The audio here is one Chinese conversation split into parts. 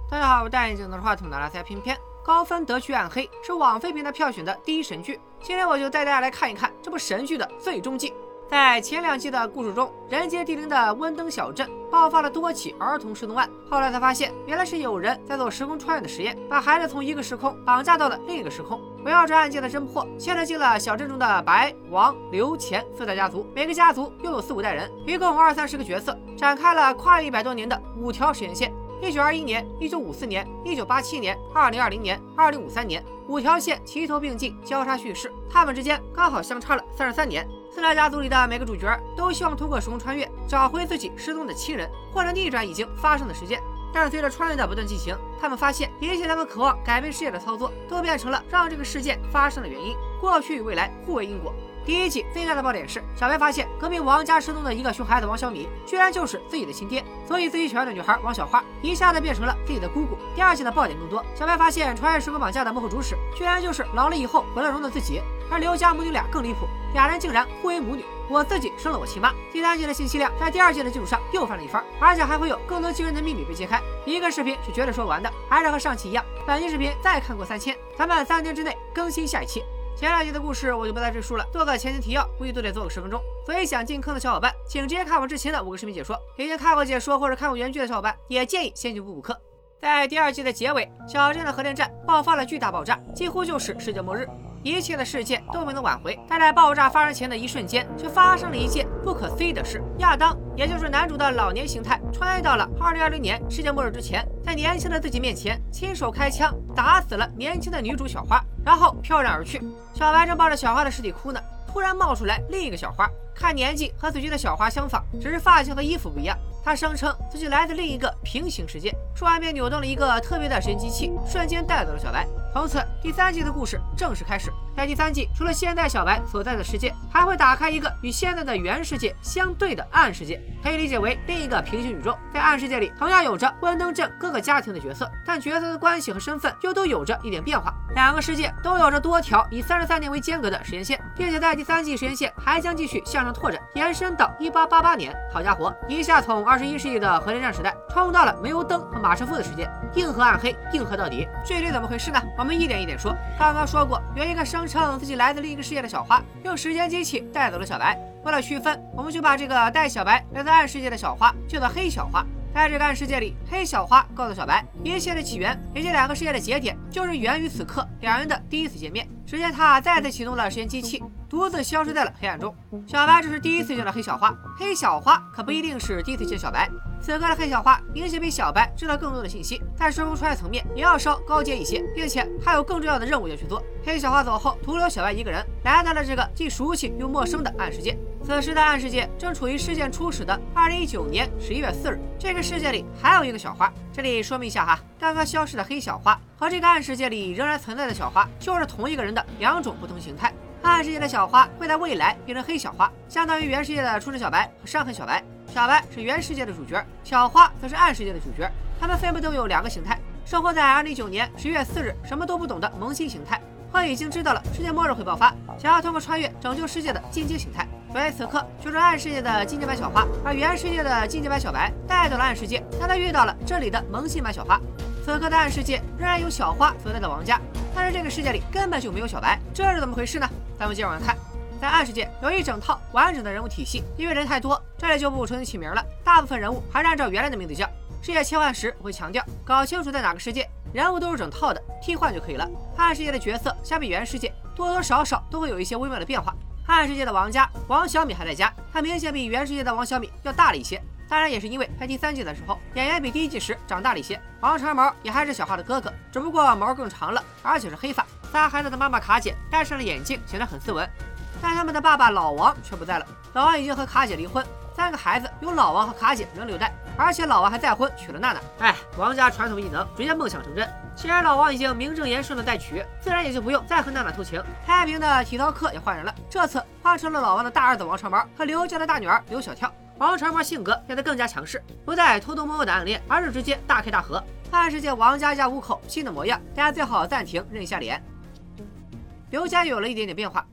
大家好，我戴眼镜拿着话筒的拉塞偏偏。高分得剧《暗黑》是网飞平台票选的第一神剧，今天我就带大家来看一看这部神剧的最终季。在前2季的故事中，人杰地灵的温登小镇爆发了多起儿童失踪案，后来才发现原来是有人在做时空穿越的实验，把孩子从一个时空绑架到了另一个时空。围绕着案件的侦破，牵扯进了小镇中的白、王、刘、钱4大家族，每个家族拥有4、5代人，一共20-30个角色，展开了跨越100多年的5条时间线。1921年、1954年、1987年、2020年、2053年，5条线齐头并进，交叉叙事，他们之间刚好相差了33年。4大家族里的每个主角都希望通过时空穿越找回自己失踪的亲人，或者逆转已经发生的事件。但是随着穿越的不断进行，他们发现一切他们渴望改变世界的操作，都变成了让这个事件发生的原因。过去与未来互为因果。第1季最大的爆点是，小白发现隔壁王家失踪的一个熊孩子王小米，居然就是自己的亲爹，所以自己喜欢的女孩王小花一下子变成了自己的姑姑。第2季的爆点更多，小白发现穿越时空绑架的幕后主使，居然就是老了以后毁了容的自己。而刘家母女俩更离谱，俩人竟然互为母女，我自己生了我亲妈。第3季的信息量在第2季的基础上又翻了一番，而且还会有更多惊人的秘密被揭开。一个视频是绝对说不完的，还是和上期一样，本期视频再看过3000，咱们3天之内更新下一期。前2集的故事我就不再赘述了，做个前情提要，估计都得做个10分钟，所以想进坑的小伙伴，请直接看我之前的5个视频解说。已经看过解说或者看过原剧的小伙伴，也建议先去补课。在第2季的结尾，小镇的核电站爆发了巨大爆炸，几乎就是世界末日。一切的事件都没能挽回，但在爆炸发生前的一瞬间，却发生了一件不可思议的事。亚当，也就是男主的老年形态，穿越到了2020年世界末日之前，在年轻的自己面前亲手开枪打死了年轻的女主小花，然后飘然而去。小白正抱着小花的尸体哭呢，突然冒出来另一个小花，看年纪和死去的小花相仿，只是发型和衣服不一样。他声称自己来自另一个平行世界，说完便扭动了一个特别的时间机器，瞬间带走了小白。从此第3季的故事正式开始。在第3季，除了现在小白所在的世界，还会打开一个与现在的原世界相对的暗世界，可以理解为另一个平行宇宙。在暗世界里同样有着温登镇各个家庭的角色，但角色的关系和身份又都有着一点变化。2个世界都有着多条以33年为间隔的时间线，并且在第3季时间线还将继续向上拓展，延伸到1888年。好家伙，一下从21世纪的核电站时代冲到了煤油灯和马车夫的时间，硬核暗黑，硬核到底。具体怎么回事呢？我们一点一点说。刚刚说过，有一个声称自己来自另一个世界的小花，用时间机器带走了小白。为了区分，我们就把这个带小白来自暗世界的小花叫做黑小花。在这个暗世界里，黑小花告诉小白，一切的起源以及2个世界的节点，就是源于此刻2人的第一次见面。时间塔再次启动了时间机器，独自消失在了黑暗中。小白这是第一次见到黑小花，黑小花可不一定是第一次见小白。此刻的黑小花明显比小白知道更多的信息，在时空穿越层面也要稍高阶一些，并且还有更重要的任务要去做。黑小花走后，徒留小白一个人，来到了这个既熟悉又陌生的暗世界。此时的暗世界正处于事件初始的2019年11月4日，这个世界里还有一个小花。这里说明一下哈，刚刚消失的黑小花和这个暗世界里仍然存在的小花，就是同一个人的2种不同形态。暗世界的小花会在未来变成黑小花，相当于原世界的初始小白和伤痕小白。小白是原世界的主角，小花则是暗世界的主角，他们分别都有2个形态，生活在2019年10月4日什么都不懂的萌新形态，和已经知道了世界末日会爆发，想要通过穿越拯救世界的进阶形态。所以此刻就是暗世界的进阶版小花，而原世界的进阶版小白带到了暗世界，让他遇到了这里的萌新版小花。此刻的暗世界仍然有小花所在的王家，但是这个世界里根本就没有小白，这是怎么回事呢？咱们接着往下看。在暗世界有一整套完整的人物体系，因为人太多，这里就不重新起名了，大部分人物还是按照原来的名字叫。世界切换时我会强调，搞清楚在哪个世界，人物都是整套的，替换就可以了。暗世界的角色相比原世界多多少少都会有一些微妙的变化。暗世界的王家王小米还在家，他明显比原世界的王小米要大了一些，当然也是因为拍第3季的时候演员比第1季时长大了一些。王长毛也还是小花的哥哥，只不过毛更长了，而且是黑发。3孩子的妈妈卡姐戴上了眼镜，显得很斯文，但他们的爸爸老王却不在了。老王已经和卡姐离婚，3个孩子由老王和卡姐轮流带，而且老王还再婚娶了娜娜。王家传统异能直接梦想成真。既然老王已经名正言顺的再娶，自然也就不用再和娜娜偷情。太平的体操课也换人了，这次换成了老王的大儿子王长毛和刘家的大女儿刘小跳。王长毛性格变得更加强势，不再偷偷摸摸的暗恋，而是直接大开大合。暗世界王家家5口新的模样，大家最好暂停认一下脸。刘家有了一点点变化。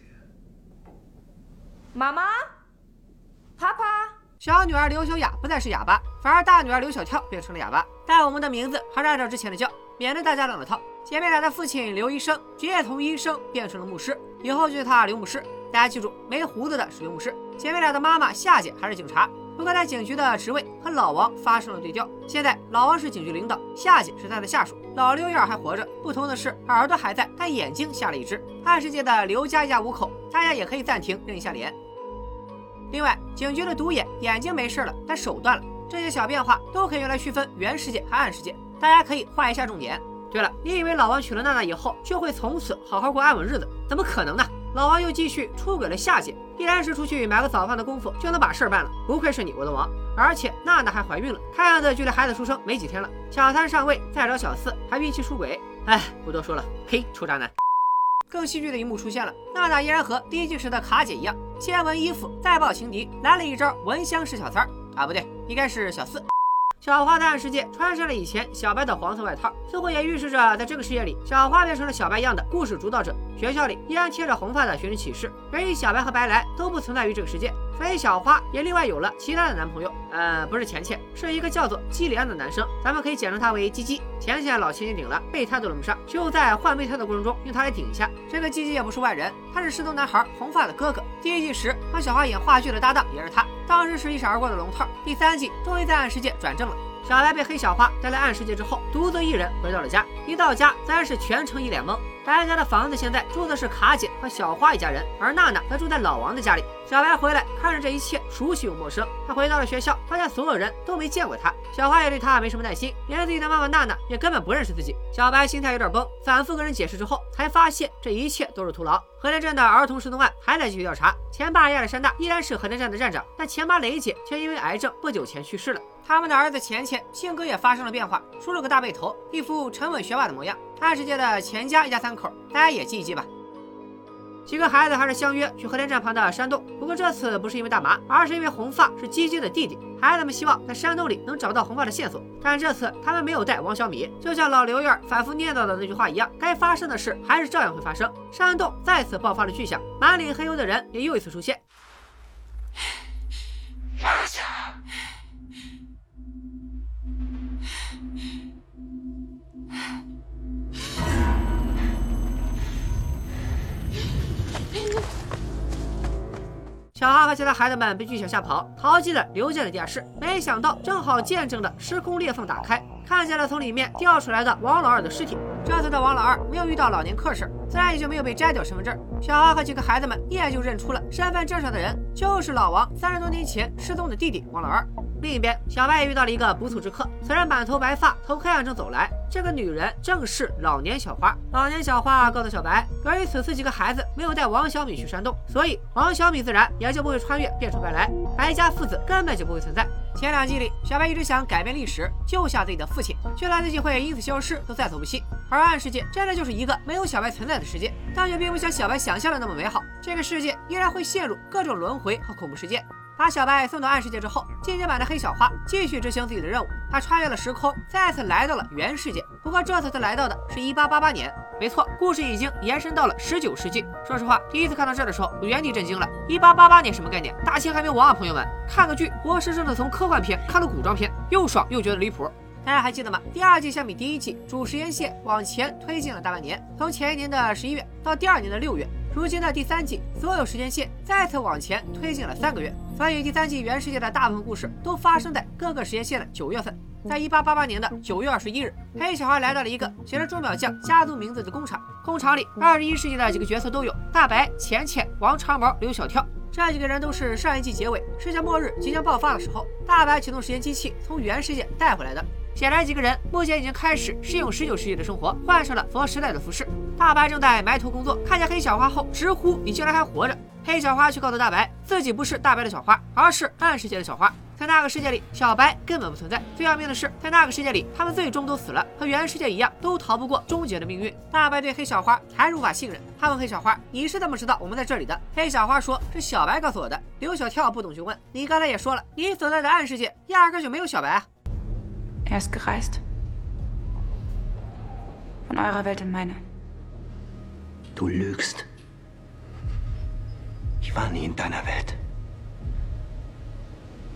妈妈，爸爸。 小女儿刘小雅不再是哑巴， 反而大女儿刘小跳变成了哑巴，但我们的名字还是按照之前的叫，免得大家乱了套。姐妹俩的父亲刘医生直接从医生变成了牧师，以后就叫他刘牧师。大家记住，没胡子的是刘牧师。姐妹俩的妈妈夏姐还是警察，不过在警局的职位和老王发生了对调。现在老王是警局领导，夏姐是他的下属，老刘燕还活着，不同的是耳朵还在，但眼睛瞎了一只。暗世界的刘家一家五口，大家也可以暂停认一下脸。另外，警局的独眼眼睛没事了，但手断了。这些小变化都可以用来区分原世界和暗世界，大家可以画一下重点。对了，你以为老王娶了娜娜以后就会从此好好过安稳日子？怎么可能呢？老王又继续出轨了夏姐，必然是出去买个早饭的功夫就能把事儿办了。不愧是你，我的王！而且娜娜还怀孕了，看样子距离孩子出生没几天了。小三上位，再找小四，还孕期出轨，哎，不多说了，呸，臭渣男！更戏剧的一幕出现了，娜娜依然和第一季时的卡姐一样，先闻衣服，再抱情敌，来了一招闻香识小三儿啊，不对，应该是小四。小花的暗世界穿上了以前小白的黄色外套，似乎也预示着在这个世界里，小花变成了小白一样的故事主导者。学校里依然贴着红发的寻人启事，由于小白和白来都不存在于这个世界，所以小花也另外有了其他的男朋友。不是钱钱，是一个叫做基里安的男生，咱们可以简称他为鸡鸡。钱钱老钱钱顶了，备胎都轮不上，就在换备胎的过程中用他来顶一下。这个鸡鸡也不是外人，他是失踪男孩红发的哥哥。第一季时帮小花演话剧的搭档也是他，当时是一闪而过的龙套。第3季终于在暗世界转正了。小白被黑小花带来暗世界之后，独自一人回到了家。一到家，自然是全城一脸懵。白家的房子现在住的是卡姐和小花一家人，而娜娜则住在老王的家里。小白回来，看着这一切熟悉又陌生。他回到了学校，发现所有人都没见过他。小花也对他没什么耐心，连自己的妈妈娜娜也根本不认识自己。小白心态有点崩，反复跟人解释之后，才发现这一切都是徒劳。河南镇的儿童失踪案还在继续调查，前爸亚历山大依然是河南站的站长，但前妈雷姐却因为癌症不久前去世了。他们的儿子钱钱性格也发生了变化，梳了个大背头，一副沉稳学霸的模样。暗世界的钱家一家3口，大家也记一记吧。几个孩子还是相约去河连站旁的山洞，不过这次不是因为大麻，而是因为红发是鸡鸡的弟弟。孩子们希望在山洞里能找到红发的线索，但这次他们没有带王小米，就像老刘院反复念叨的那句话一样，该发生的事还是照样会发生。山洞再次爆发了巨响，满脸黑油的人也又一次出现。小花和其他孩子们被巨响吓跑，逃进了刘家的地下室。没想到正好见证了时空裂缝打开，看见了从里面掉出来的王老二的尸体。这次的王老二没有遇到老年科室，自然也就没有被摘掉身份证。小花和几个孩子们一眼就认出了身份证上的人就是老王30多年前失踪的弟弟王老二。另一边，小白也遇到了一个不速之客，此人满头白发，从黑暗中走来。这个女人正是老年小花。老年小花告诉小白，由于此次几个孩子没有带王小米去山洞，所以王小米自然也就不会穿越变成白来，白家父子根本就不会存在。前2季里，小白一直想改变历史，救下自己的父亲，就算自己会因此消失都在所不惜。而暗世界真的就是一个没有小白存在的世界，但却并不像小白想象的那么美好。这个世界依然会陷入各种轮回和恐怖事件。把小白送到暗世界之后，进阶版的黑小花继续执行自己的任务。他穿越了时空，再次来到了原世界。不过这次他来到的是1888年，没错，故事已经延伸到了19世纪。说实话，第一次看到这的时候，我原地震惊了。1888年什么概念？大清还没亡啊，朋友们！看个剧，活生生的从科幻片看到古装片，又爽又觉得离谱。大家还记得吗？第2季相比第1季，主时间线往前推进了大半年，从前一年的11月到第2年的6月。如今的第3季，所有时间线再次往前推进了3个月，所以第3季原世界的大部分故事都发生在各个时间线的9月份。在1888年的9月21日，黑小花来到了一个写着钟表匠家族名字的工厂，工厂里21世纪的几个角色都有：大白、钱钱、王长毛、刘小跳。这几个人都是上一季结尾世界末日即将爆发的时候，大白启动时间机器从原世界带回来的。显然几个人目前已经开始适应19世纪的生活，换上了佛时代的服饰。大白正在埋头工作，看见黑小花后直呼你竟然还活着。黑小花却告诉大白，自己不是大白的小花，而是暗世界的小花。在那个世界里，小白根本不存在。最要命的是，在那个世界里，他们最终都死了，和原世界一样，都逃不过终结的命运。大白对黑小花还是无法信任，他问黑小花：“你是怎么知道我们在这里的？”黑小花说：“是小白告诉我的。”刘小跳不懂就问：“你刚才也说了，你所在的暗世界压根就没有小白啊。” Er ist gereist. Von eurer Welt in meine. Du lügst. Ich war nie in deiner Welt.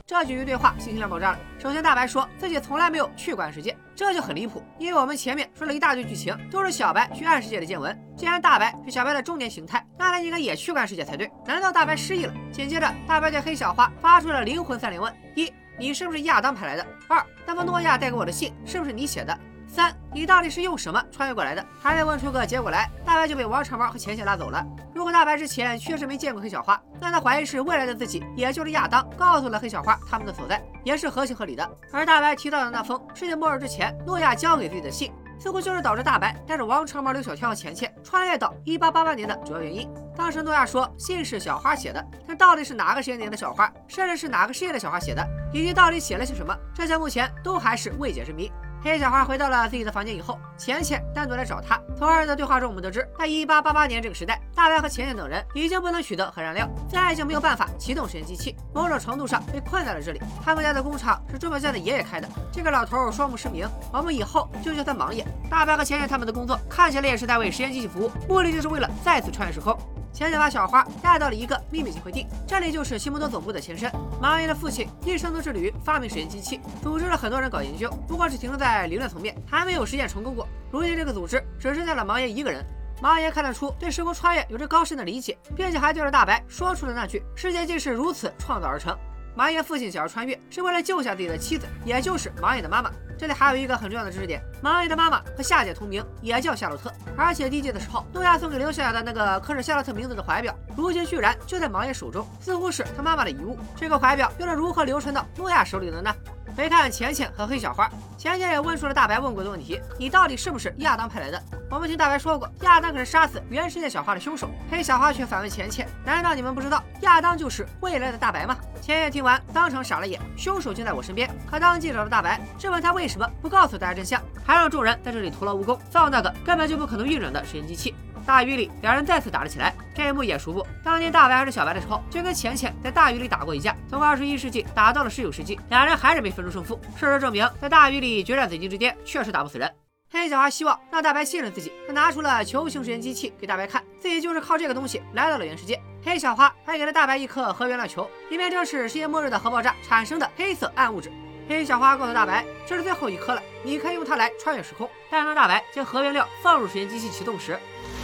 这几句对话信息量爆炸了。首先，大白说自己从来没有去过暗世界，这就很离谱，因为我们前面说了一大堆剧情，都是小白去暗世界的见闻。既然大白是小白的中年形态，那他应该也去过暗世界才对。难道大白失忆了？紧接着，大白对黑小花发出了灵魂3连问：一，你是不是亚当派来的？二，那封诺亚带给我的信是不是你写的？三，你到底是用什么穿越过来的？还没问出个结果来，大白就被王长毛和浅浅拉走了。如果大白之前确实没见过黑小花，那他怀疑是未来的自己，也就是亚当，告诉了黑小花他们的所在，也是合情合理的。而大白提到的那封世界末日之前诺亚交给自己的信，似乎就是导致大白带着王长毛、刘小跳和浅浅穿越到1888年的主要原因。当时诺亚说信是小花写的，但到底是哪个时间点的小花，甚至是哪个世界的小花写的，以及到底写了些什么，这些目前都还是未解之谜。黑小花回到了自己的房间以后，浅浅单独来找他。从2人的对话中，我们得知，在1888年这个时代，大白和浅浅等人已经不能取得核燃料，自然已经没有办法启动实验机器，某种程度上被困在了这里。他们家的工厂是朱宝剑的爷爷开的，这个老头双目失明，我们以后就叫他盲爷。大白和浅浅他们的工作看起来也是在为实验机器服务，目的就是为了再次穿越时空。浅浅把小花带到了一个秘密集会地，这里就是西蒙多总部的前身。盲爷的父亲一生都致力于发明实验机器，组织了很多人搞研究，不过是停留在理论层面，还没有实验成功过。如今这个组织只剩下了盲爷一个人。盲爷看得出对时空穿越有着高深的理解，并且还对着大白说出了那句世界竟是如此创造而成。盲爷父亲想要穿越是为了救下自己的妻子，也就是盲爷的妈妈。这里还有一个很重要的知识点，盲爷的妈妈和夏姐同名，也叫夏洛特。而且第一季的时候，诺亚送给刘小雅的那个刻着夏洛特名字的怀表，如今居然就在盲爷手中，似乎是他妈妈的遗物。这个怀表又能如何流传到诺亚手里的呢？回看浅浅和黑小花，浅浅也问出了大白问过的问题：你到底是不是亚当派来的？我们听大白说过，亚当可是杀死原世界小花的凶手。黑小花却反问浅浅：难道你们不知道亚当就是未来的大白吗？浅浅听完当场傻了眼，凶手就在我身边。可当记者的大白质问他为什么不告诉大家真相，还让众人在这里徒劳无功，造那个根本就不可能运转的实验机器。大雨里，两人再次打了起来。这一幕也熟不？当年大白还是小白的时候，就跟浅浅在大雨里打过一架。从21世纪打到了19世纪，俩人还是没分出胜负。事实证明，在大雨里决战紫禁之巅，确实打不死人。黑小花希望让大白信任自己，他拿出了球形实验机器给大白看，自己就是靠这个东西来到了原世界。黑小花还给了大白一颗核原料球，里面正是世界末日的核爆炸产生的黑色暗物质。黑小花告诉大白，这是最后一颗了，你可以用它来穿越时空。但当大白将核原料放入实验机器启动时，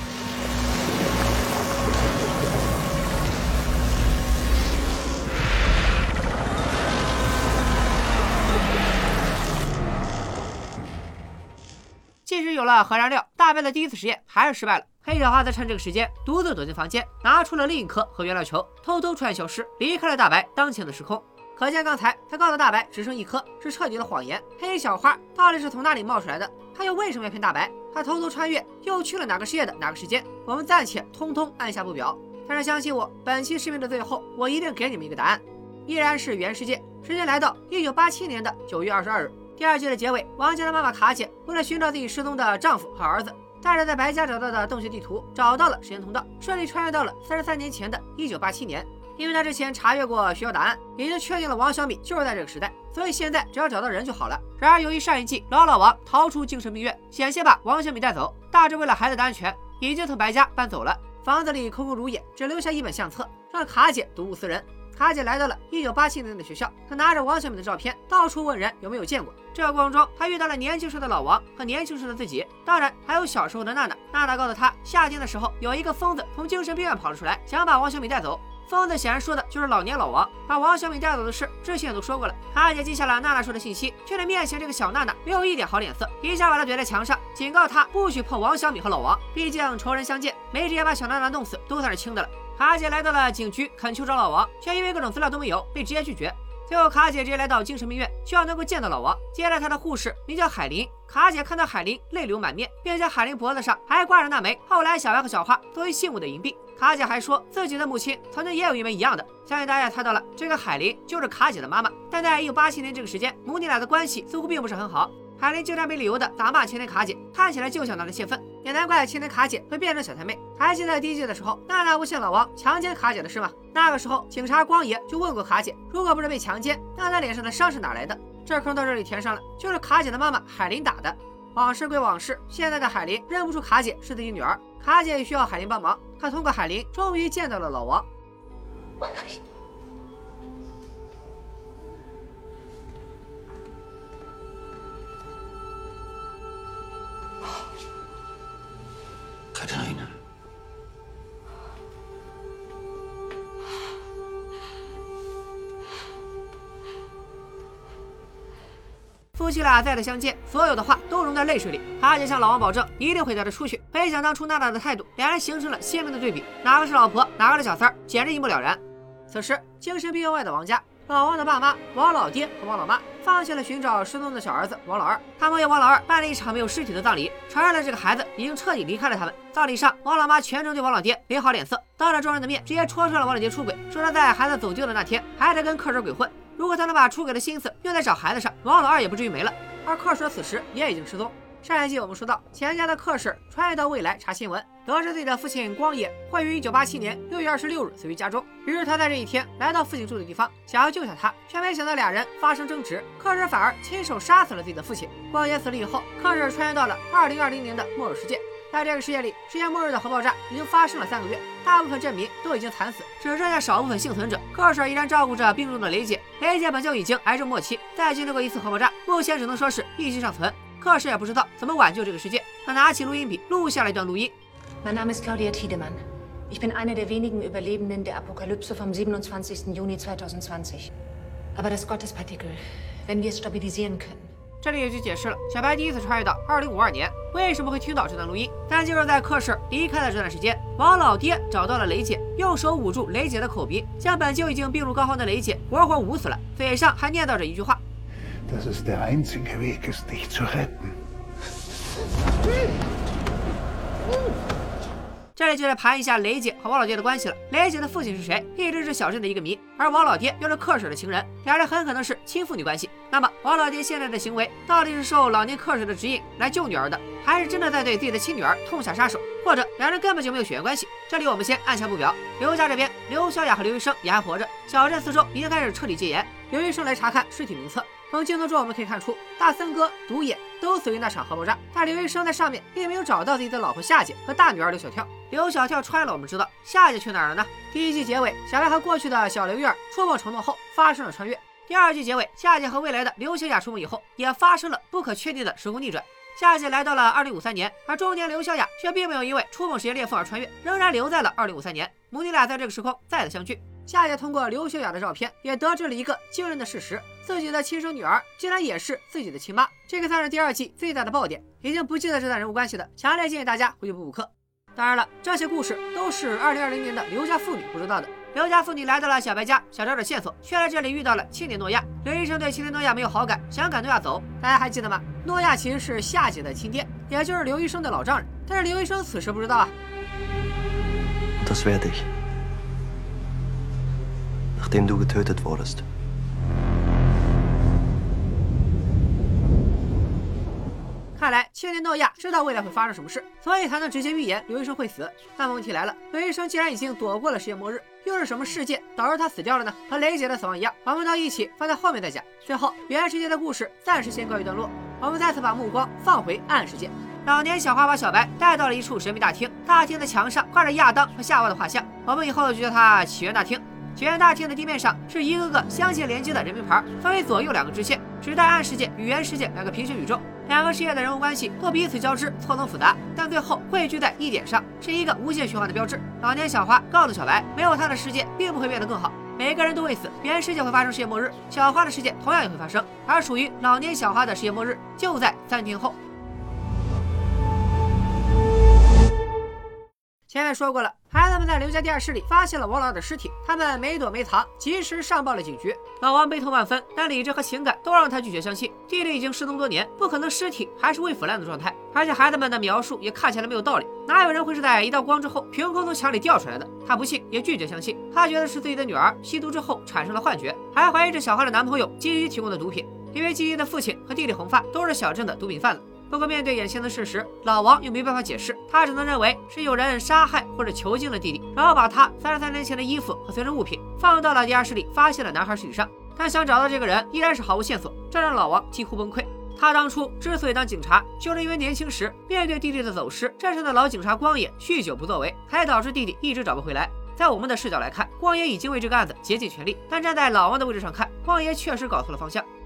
即使有了核燃料，大白的第一次实验还是失败了。黑小花则趁这个时间独自躲进房间，拿出了另一颗核原料球，偷偷穿越消失，离开了大白当前的时空。可见刚才他告诉大白只剩一颗是彻底的谎言。黑小花到底是从哪里冒出来的？他又为什么要骗大白？他偷偷穿越又去了哪个世界的哪个时间？我们暂且通通按下不表。但是相信我，本期视频的最后，我一定给你们一个答案，依然是原世界。时间来到1987年的9月22日。第2季的结尾，王家的妈妈卡姐为了寻找自己失踪的丈夫和儿子，带着在白家找到的洞穴地图，找到了时间通道，顺利穿越到了33年前的1987年。因为他之前查阅过学校档案，已经确定了王小米就是在这个时代，所以现在只要找到人就好了。然而由于上一季老王逃出精神病院，险些把王小米带走，大致为了孩子的安全，已经从白家搬走了。房子里空空如也，只留下一本相册，让卡姐睹物思人。卡姐来到了1987年的学校，她拿着王小米的照片，到处问人有没有见过。这个过程中，她遇到了年轻时的老王和年轻时的自己，当然还有小时候的娜娜。娜娜告诉她，夏天的时候有一个疯子从精神病院跑了出来，想把王小米带走。疯子显然说的就是老年老王，把王小米带走的事之前都说过了。卡姐记下了娜娜说的信息，却对面前这个小娜娜没有一点好脸色，一下把她怼在墙上，警告她不许碰王小米和老王，毕竟仇人相见，没直接把小娜娜弄死都算是轻的了。卡姐来到了警局，恳求找老王，却因为各种资料都没有，被直接拒绝。最后，卡姐直接来到精神病院，希望能够见到老王。接待她的护士名叫海林。卡姐看到海林泪流满面，并且海林脖子上还挂着那枚后来小白和小花作为信物的银币。卡姐还说自己的母亲曾经也有一枚一样的。相信大家也猜到了，这个海林就是卡姐的妈妈。但在1987年这个时间，母女俩的关系似乎并不是很好。海林经常没理由的打骂青年卡姐，看起来就像闹着泄愤，也难怪青年卡姐会变成小太妹。还记得第1季的时候，娜娜诬陷老王强奸卡姐的事吗？那个时候警察光爷就问过卡姐，如果不是被强奸，那她脸上的伤是哪来的？这坑到这里填上了，就是卡姐的妈妈海林打的。往事归往事，现在的海林认不出卡姐是自己女儿，卡姐也需要海林帮忙。她通过海林终于见到了老王。 夫妻俩再次相见，所有的话都融在泪水里。他就向老王保证一定会带他出去。回想当初娜娜的态度，两人形成了鲜明的对比，哪个是老婆，哪个是小三儿，简直一目了然。此时，精神病院外的王家，老王的爸妈王老爹和王老妈放弃了寻找失踪的小儿子王老二，他们为王老二办了一场没有尸体的葬礼，承认了这个孩子已经彻底离开了他们。葬礼上，王老妈全程对王老爹没好脸色，当着众人的面直接戳穿了王老爹出轨，说他在孩子走丢的那天还在跟克什鬼混。如果他能把出轨的心思用在找孩子上，王老二也不至于没了。而克什此时也已经失踪。上一集我们说到，钱家的克什穿越到未来查新闻，得知自己的父亲光野会于1987年6月26日死于家中。于是他在这一天来到父亲住的地方，想要救下他，却没想到俩人发生争执，克什反而亲手杀死了自己的父亲。光野死了以后，克什穿越到了2020年的末日世界。在这个世界里，世界末日的核爆炸已经发生了3个月，大部分镇民都已经惨死，只剩下少部分幸存者。克什依然照顾着病重的雷姐，雷姐本就已经癌症末期，再经历过一次核爆炸，目前只能说是一息尚存。克什也不知道怎么挽救这个世界，他拿起录音笔录下了一段录音。 Mein Name ist Claudia Tiedemann. Ich bin eine der wenigen Überlebenden der Apokalypse vom 27. Juni 2020. Aber das Gottespartikel, wenn wir es stabilisieren können. 这里也就解释了小白第一次穿越到2052年为什么会听到这段录音。但就是在克什离开的这段时间，王老爹找到了雷姐，用手捂住雷姐的口鼻，将本就已经病入膏肓的雷姐活活捂死了，嘴上还念叨着一句话。 dass es der einzige Weg ist, dich zu retten. 这里就来盘一下雷姐和王老爹的关系了。雷姐的父亲是谁，一直是小镇的一个谜，而王老爹又是克什的情人，俩人很可能是亲父女关系。那么王老爹现在的行为到底是受老年克什的指引来救女儿的，还是真的在对自己的亲女儿痛下杀手，或者两人根本就没有血缘关系？这里我们先按下不表。刘家这边，刘小雅和刘医生也还活着，小镇四周已经开始彻底戒严。刘医生来查看尸体名册，从镜头中我们可以看出，大森哥、独眼都死于那场核爆炸，但刘医生在上面并没有找到自己的老婆夏姐和大女儿刘小跳。刘小跳穿了，我们知道夏姐去哪儿了呢？第一季结尾，小白和过去的小刘院触碰承诺后发生了穿越。第二季结尾，夏姐和未来的刘小雅触碰以后，也发生了不可确定的时空逆转。夏姐来到了2053年，而中年刘小雅却并没有因为触碰时间裂缝而穿越，仍然留在了2053年。母女俩在这个时空再次相聚。夏姐通过刘小雅的照片，也得知了一个惊人的事实：自己的亲生女儿竟然也是自己的亲妈。这个算是第二季最大的爆点。已经不记得这段人物关系的，强烈建议大家回去补补课。当然了，这些故事都是2020年的刘家妇女不知道的。刘家妇女来到了小白家，想找点线索，却在这里遇到了青年诺亚。刘医生对青年诺亚没有好感，想赶诺亚走。大家还记得吗？诺亚其实是夏姐的亲爹，也就是刘医生的老丈人。但是刘医生此时不知道啊。 Das werde ich. Nachdem du getötet wurdest. 看来青年诺亚知道未来会发生什么事，所以才能直接预言刘医生会死。那么问题来了，刘医生既然已经躲过了世界末日，又是什么事件导致他死掉了呢？和雷姐的死亡一样，我们都一起放在后面再讲。最后，原世界的故事暂时先告一段落，我们再次把目光放回暗世界。老年小花把小白带到了一处神秘大厅，大厅的墙上挂着亚当和夏娃的画像，我们以后就叫它起源大厅。起源大厅的地面上是一个个相接连接的人名牌，分为左右2个支线，指代暗世界与原世界2个平行宇宙。2个世界的人物关系都彼此交织，错综复杂，但最后汇聚在一点上，是一个无限循环的标志。老年小花告诉小白，没有他的世界并不会变得更好，每个人都会死，原世界会发生世界末日，小花的世界同样也会发生，而属于老年小花的世界末日就在3天后。前面说过了，孩子们在刘家电视里发现了王老二的尸体，他们没躲没藏，及时上报了警局。老王悲痛万分，但理智和情感都让他拒绝相信弟弟已经失踪多年，不可能尸体还是未腐烂的状态。而且孩子们的描述也看起来没有道理，哪有人会是在一道光之后凭空从墙里掉出来的？他不信，也拒绝相信。他觉得是自己的女儿吸毒之后产生了幻觉，还怀疑着小花的男朋友基基提供的毒品，因为基基的父亲和弟弟红发都是小镇的毒品贩子。不过面对眼前的事实，老王又没办法解释，他只能认为是有人杀害或者囚禁了弟弟，然后把他33年前的衣服和随身物品放到了地下室里发现了男孩尸体上。但想找到这个人依然是毫无线索，这让老王几乎崩溃。他当初之所以当警察，就是因为年轻时面对弟弟的走失，镇上的老警察光野酗酒不作为，才导致弟弟一直找不回来。在我们的视角来看，光野已经为这个案子竭尽全力，但站在老王的位置上看，光野确实搞错了方向。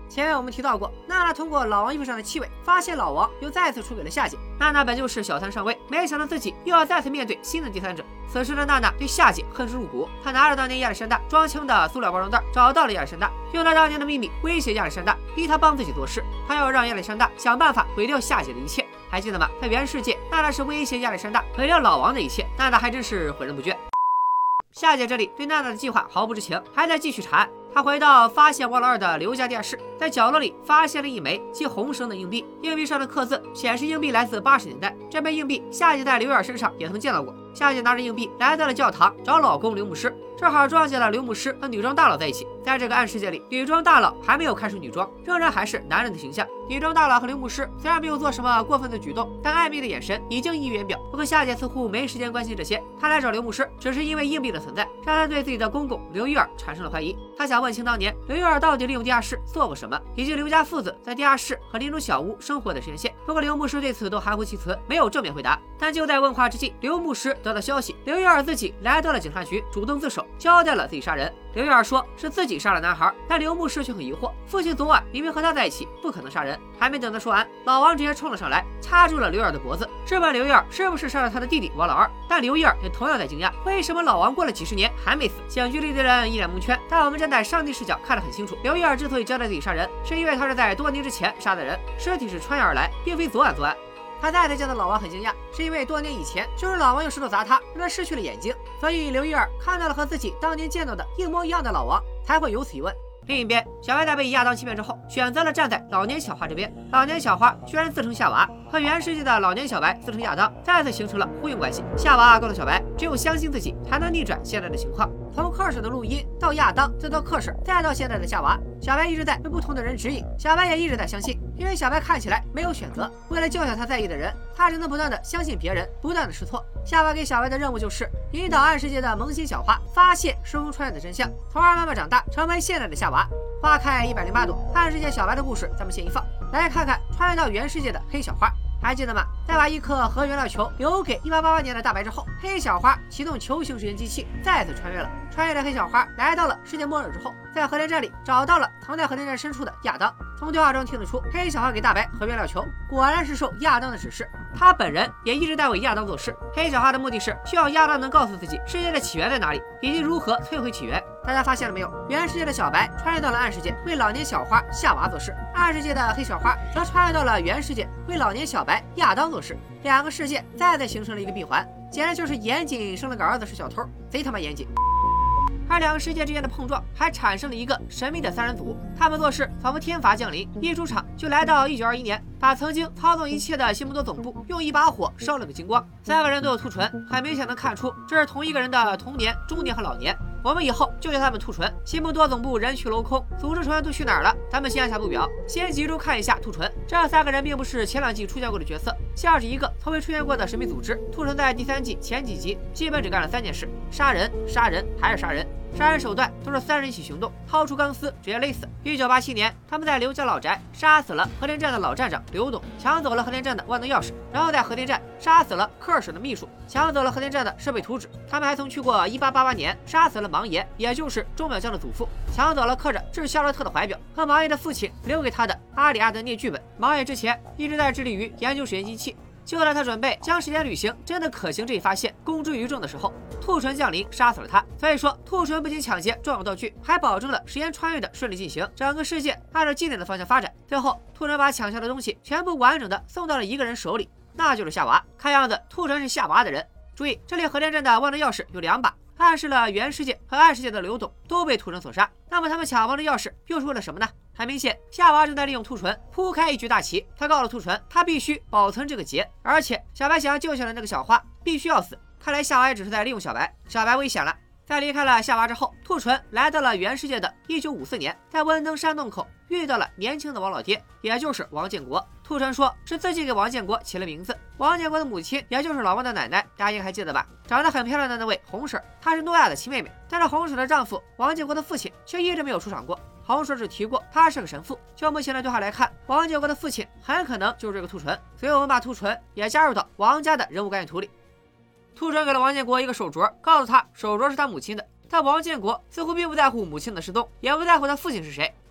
前面我们提到过，娜娜通过老王衣服上的气味，发现老王又再次出轨了夏姐。娜娜本就是小三上位，没想到自己又要再次面对新的第三者。此时的娜娜对夏姐恨之入骨，她拿着当年亚历山大装枪的塑料包装袋，找到了亚历山大，用他当年的秘密威胁亚历山大，逼他帮自己做事。他要让亚历山大想办法毁掉夏姐的一切。还记得吗？在原世界，娜娜是威胁亚历山大毁掉老王的一切，娜娜还真是浑身不倦。夏姐这里对娜娜的计划毫不知情，还在继续查案。她回到发现王老二的刘家地下室，在角落里发现了一枚系红绳的硬币，硬币上的刻字显示硬币来自80年代。这枚硬币夏姐在刘远身上也曾见到过。夏姐拿着硬币来到了教堂，找老公刘牧师，正好撞见了刘牧师和女装大佬在一起。在这个暗世界里，女装大佬还没有开始女装，仍然还是男人的形象。女装大佬和刘牧师虽然没有做什么过分的举动，但暧昧的眼神已经溢于言表。不过夏姐似乎没时间关心这些，她来找刘牧师只是因为硬币的存在，让她对自己的公公刘玉儿产生了怀疑。她想问清当年刘玉儿到底利用地下室做过什么，以及刘家父子在地下室和林中小屋生活的时间线。不过刘牧师对此都含糊其辞，没有正面回答。但就在问话之际，刘牧师得到消息，刘玉儿自己来到了警察局，主动自首，交代了自己杀人。刘玉儿说是自己杀了男孩，但刘牧师却很疑惑，父亲昨晚明明和他在一起，不可能杀人。还没等他说完，老王直接冲了上来，掐住了刘玉儿的脖子，质问刘玉儿是不是杀了他的弟弟王老二。但刘玉儿也同样在惊讶，为什么老王过了几十年还没死？警局里的人一脸蒙圈，但我们站在上帝视角看得很清楚，刘玉儿之所以交代自己杀人，是因为他是在多年之前杀的人，尸体是穿越而来，并非昨晚作案。他再次见到老王很惊讶，是因为多年以前就是老王用石头砸他，让他失去了眼睛，所以刘玉儿看到了和自己当年见到的一模一样的老王，才会有此一问。另一边，小白在被亚当欺骗之后，选择了站在老年小花这边。老年小花居然自称夏娃，和原世界的老年小白自称亚当，再次形成了呼应关系。夏娃告诉小白，只有相信自己，才能逆转现在的情况。从克什的录音到亚当，再到克什，再到现在的夏娃，小白一直在被不同的人指引，小白也一直在相信，因为小白看起来没有选择。为了救下他在意的人，他只能不断的相信别人，不断的试错。夏娃给小白的任务就是引导暗世界的萌新小花发现时空穿越的真相，从而慢慢长大，成为现在的夏娃。花开108朵，暗世界小白的故事咱们先一放，来看看穿越到原世界的黑小花。还记得吗？在把一颗核原料球留给1888年的大白之后，黑小花启动球形时间机器，再次穿越了。穿越的黑小花来到了世界末日之后，在核电站里找到了藏在核电站深处的亚当。从对话中听得出，黑小花给大白核原料球果然是受亚当的指示，他本人也一直在为亚当做事。黑小花的目的是需要亚当能告诉自己世界的起源在哪里，以及如何摧毁起源。大家发现了没有？原世界的小白穿越到了暗世界，为老年小花夏娃做事；暗世界的黑小花则穿越到了原世界，为老年小白亚当做事。两个世界再次形成了一个闭环，简直就是严谨生了个儿子是小偷，贼他妈严谨。而两个世界之间的碰撞还产生了一个神秘的三人组，他们做事仿佛天罚降临，一出场就来到1921年，把曾经操纵一切的西姆多总部用一把火烧了个精光。三个人都有兔唇，很明显能看出这是同一个人的童年、中年和老年。我们以后就叫他们兔唇。西姆多总部人去楼空，组织成员都去哪儿了？咱们先按下不表，先集中看一下兔唇。这三个人并不是前2季出现过的角色，像是一个从未出现过的神秘组织。兔唇在第3季前几集基本只干了3件事：杀人、杀人还是杀人。杀人手段都是3人一起行动，掏出钢丝直接勒死。1987年，他们在刘家老宅杀死了核电站的老站长刘董，抢走了核电站的万能钥匙，然后在核电站杀死了科尔什的秘书，抢走了核电站的设备图纸。他们还曾去过1888年，杀死了盲爷，也就是钟淼江的祖父，抢走了刻着致夏洛特的怀表和盲爷的父亲留给他的阿里阿德涅剧本。盲爷之前一直在致力于研究实验机器。就在他准备将时间旅行真的可行这一发现公诸于众的时候，兔唇降临杀死了他。所以说，兔唇不仅抢劫重要道具，还保证了时间穿越的顺利进行，整个世界按照既定的方向发展。最后，兔唇把抢下的东西全部完整的送到了一个人手里，那就是夏娃。看样子，兔唇是夏娃的人。注意，这里核电站的万能钥匙有2把，暗示了原世界和暗世界的刘董都被兔唇所杀。那么他们抢万能钥匙又是为了什么呢？很明显，夏娃正在利用兔唇铺开一局大棋。他告诉兔唇，他必须保存这个结，而且小白想要救下来那个小花必须要死。看来夏娃也只是在利用小白，小白危险了。在离开了夏娃之后，兔唇来到了原世界的1954年，在温登山洞口遇到了年轻的王老爹，也就是王建国。兔唇说是自己给王建国起了名字。王建国的母亲也就是老王的奶奶，大家应该还记得吧？长得很漂亮的那位红婶，她是诺亚的亲妹妹。但是红婶的丈夫王建国的父亲却一直没有出场过。红婶只提过他是个神父。就目前的对话来看，王建国的父亲很可能就是这个兔唇，所以我们把兔唇也加入到王家的人物概念图里。兔唇给了王建国一个手镯，告诉他手镯是他母亲的。但王建国似乎并不在乎母亲的失踪，也不在乎他父亲是谁。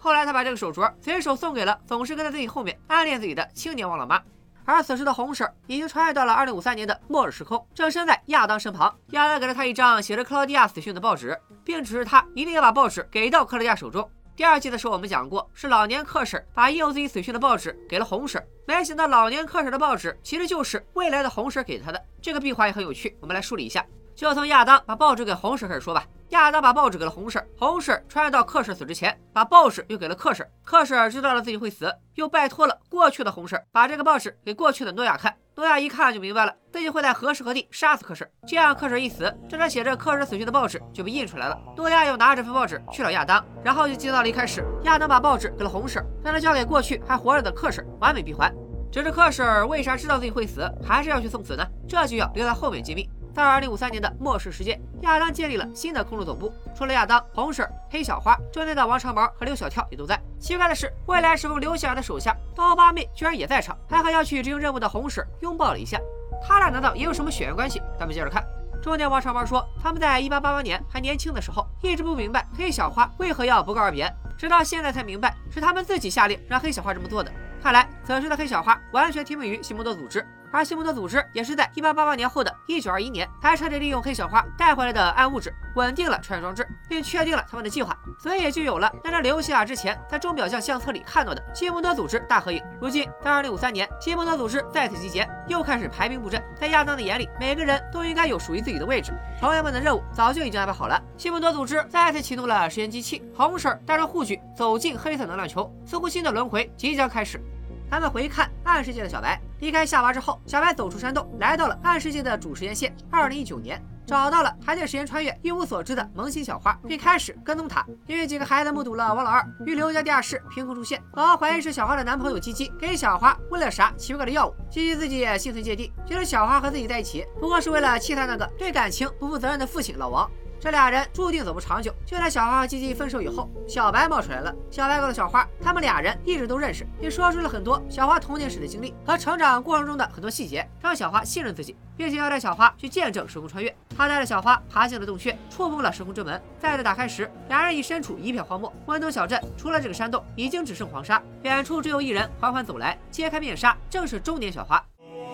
后来他把这个手镯随手送给了总是跟在自己后面暗恋自己的青年王老妈。而此时的红婶已经穿越到了2053年的末日时空，正身在亚当身旁。亚当给了他一张写着克劳迪亚死讯的报纸，并指示他一定要把报纸给到克劳迪亚手中。第2季的时候我们讲过，是老年克婶把印有自己死讯的报纸给了红婶，没想到老年克婶的报纸其实就是未来的红婶给他的。这个闭环也很有趣，我们来梳理一下。就从亚当把报纸给红婶开始说吧。亚当把报纸给了红婶，红婶穿越到克婶死之前，把报纸又给了克婶。克婶知道了自己会死，又拜托了过去的红婶把这个报纸给过去的诺亚看。诺亚一看就明白了，自己会在何时何地杀死克婶。这样克婶一死，这张写着克婶死讯的报纸就被印出来了。诺亚又拿着这份报纸去找亚当，然后就接到了一开始亚当把报纸给了红婶，让他交给过去还活着的克婶，完美闭环。只是克婶为啥知道自己会死，还是要去送死呢？这就要留在后面揭秘。在2053年的末世世界，亚当建立了新的空中总部，除了亚当、红婶、黑小花，中间的王长毛和刘小跳也都在。奇怪的是，未来侍奉刘小雅的手下刀疤妹居然也在场，还和要去执行任务的红婶拥抱了一下。他俩难道也有什么血缘关系？咱们接着看。中年王长毛说，他们在1888年还年轻的时候，一直不明白黑小花为何要不告而别，直到现在才明白是他们自己下令让黑小花这么做的。看来此时的黑小花完全听命于西蒙多组织，而西蒙多组织也是在1888年后的1921年才彻底利用黑小花带回来的暗物质稳定了穿越装置，并确定了他们的计划，所以也就有了那张刘西亚之前在钟表匠相册里看到的西蒙多组织大合影。如今在2053年，西蒙多组织再次集结，又开始排兵布阵。在亚当的眼里，每个人都应该有属于自己的位置，朋友们的任务早就已经安排好了。西蒙多组织再次启动了实验机器，红婶带着护具走进黑色能量球，似乎新的轮回即将开始。咱们回看暗世界的小白，离开夏娃之后，小白走出山洞，来到了暗世界的主实验线。2019年，找到了还对实验穿越一无所知的萌新小花，并开始跟踪她。因为几个孩子目睹了王老二与刘家地下室凭空出现，老王怀疑是小花的男朋友基基给小花喂了啥奇怪的药物。基基自己也心存芥蒂，觉得小花和自己在一起不过是为了气他那个对感情不负责任的父亲老王。这俩人注定走不长久。就在小花和基基分手以后，小白冒出来了。小白告诉小花，他们俩人一直都认识，并说出了很多小花童年时的经历和成长过程中的很多细节，让小花信任自己，并且要带小花去见证时空穿越。他带着小花爬进了洞穴，触碰了时空之门。再次打开时，俩人已身处一片荒漠。温东小镇除了这个山洞，已经只剩黄沙。远处只有一人缓缓走来，揭开面纱，正是中年小花。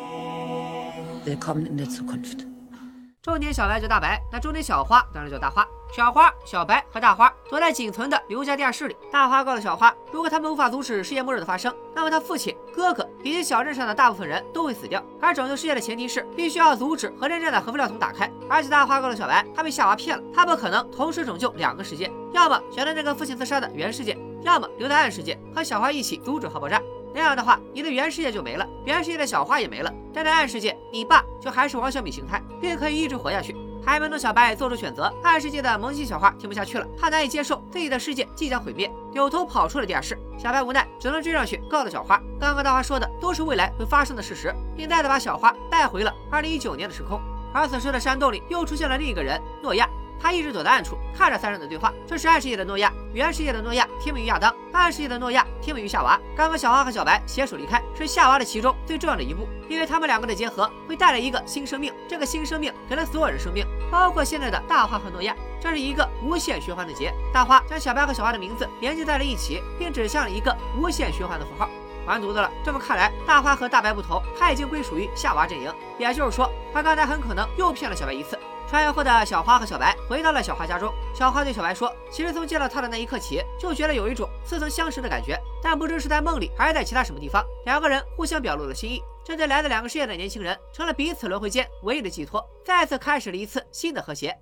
Willkommen in der Zukunft。 中年小白叫大白，那中年小花当然叫大花。小花、小白和大花躲在仅存的刘家地下室里。大花告诉小花，如果他们无法阻止世界末日的发生，那么他父亲、哥哥以及小镇上的大部分人都会死掉。而拯救世界的前提是必须要阻止核电站的核废料桶打开。而且大花告诉小白，他被夏娃骗了，他不可能同时拯救2个世界，要么选择那个父亲自杀的原世界，要么留在暗世界和小花一起阻止核爆炸。那样的话，你的原世界就没了，原世界的小花也没了，但在暗世界，你爸就还是王小米形态，并可以一直活下去。还没等小白做出选择，暗世界的萌新小花听不下去了，她难以接受自己的世界即将毁灭，扭头跑出了地下室。小白无奈，只能追上去告诉小花，刚刚大花说的都是未来会发生的事实，并再次把小花带回了2019年的时空。而此时的山洞里又出现了另一个人，诺亚。他一直躲在暗处，看着3人的对话。这是暗世界的诺亚，原世界的诺亚听命于亚当，暗世界的诺亚听命于夏娃。刚刚小花和小白携手离开，是夏娃的其中最重要的一步，因为他们2个的结合会带来一个新生命。这个新生命给了所有人生命，包括现在的大花和诺亚。这是一个无限循环的结。大花将小白和小花的名字连接在了一起，并指向了一个无限循环的符号。完犊子了！这么看来，大花和大白不同，他已经归属于夏娃阵营，也就是说，他刚才很可能又骗了小白一次。穿越后的小花和小白回到了小花家中。小花对小白说，其实从见到他的那一刻起，就觉得有一种似曾相识的感觉，但不知是在梦里还是在其他什么地方。2个人互相表露了心意，这对来自2个世界的年轻人成了彼此轮回间唯一的寄托，再次开始了一次新的和谐。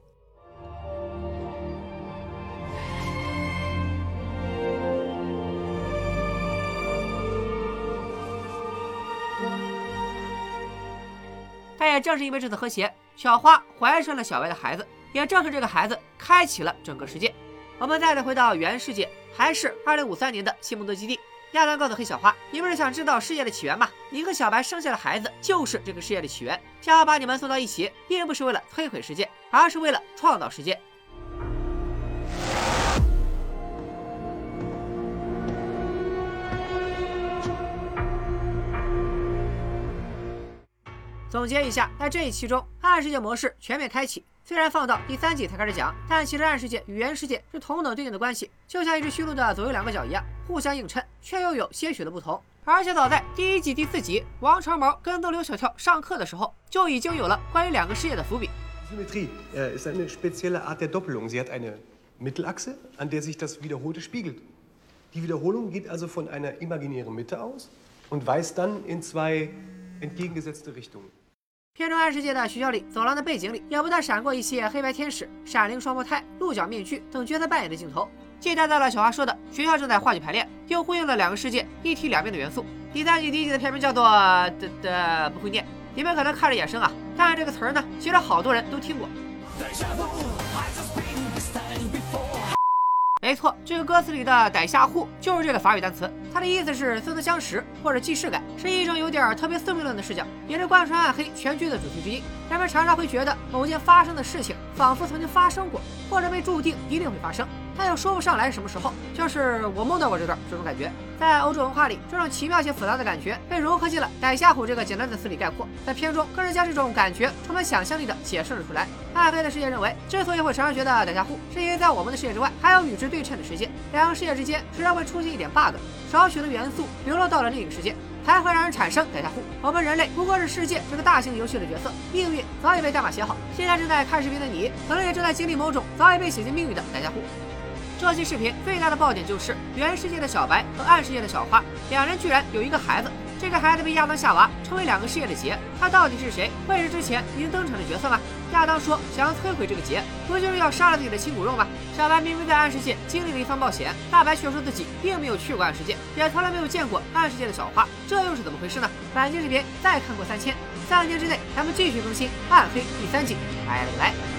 但也正是因为这次和谐，小花怀上了小白的孩子，也正是这个孩子开启了整个世界。我们再次回到原世界，还是2053年的西蒙德基地。亚当告诉黑小花，你不是想知道世界的起源吗？你和小白生下的孩子就是这个世界的起源。夏娃把你们送到一起，并不是为了摧毁世界，而是为了创造世界。总结一下，在这一期中，暗世界模式全面开启， 虽然放到第3季才开始讲，但其实暗世界与原世界是同等对应的关系，就像一只驯鹿的左右2个角一样，互相映衬，却又有些许的不同。而且早在第1季第4集，王长毛跟踪刘小跳上课的时候，就已经有了关于2个世界的伏笔。 Symmetrie ist eine spezielle Art der Doppelung. Sie hat eine Mittelachse, an der sich das Wiederholte spiegelt. Die Wiederholung geht also von einer imaginären Mitte aus und weist dann in 2 entgegengesetzte Richtungen. 片中暗世界的学校里，走廊的背景里也不断闪过一些黑白天使、闪灵双胞胎、鹿角面具等角色扮演的镜头，既带到了小花说的学校正在话剧排练，又呼应了2个世界一体两面的元素。第3季第1集的片名叫做不会念，你们可能看着眼生啊，但这个词儿呢，其实好多人都听过。没错，这个歌词里的逮下户就是这个法语单词，它的意思是似曾相识或者既视感，是一种有点特别宿命论的视角，也是贯穿暗黑全剧的主题之一。人们常常会觉得某件发生的事情仿佛曾经发生过，或者被注定一定会发生，但又说不上来什么时候，就是我梦到过这种感觉。在欧洲文化里，这种奇妙且复杂的感觉被融合进了逮下虎这个简单的词里概括，在片中更是将这种感觉充满想象力的解释了出来。暗黑的世界认为，之所以会常常觉得逮下户，是因为在我们的世界之外还有与之对称的世界，2个世界之间时常会出现一点 bug， 少许的元素流落到了另一个世界，才会让人产生逮下户。我们人类不过是世界这个大型游戏的角色，命运早已被代码写好，现在正在看视频的你，可能也正在经历某种早已被写进命运的逮下户。这期视频最大的爆点就是原世界的小白和暗世界的小花，2人居然有一个孩子。这个孩子被亚当夏娃称为2个世界的劫，他到底是谁？会是之前已经登场的角色吗？亚当说想要摧毁这个劫，不就是要杀了自己的亲骨肉吗？小白明明在暗世界经历了一番冒险，大白却说自己并没有去过暗世界，也从来没有见过暗世界的小花，这又是怎么回事呢？本期视频再看过3000，3年之内咱们继续更新暗黑第3季，拜了个拜。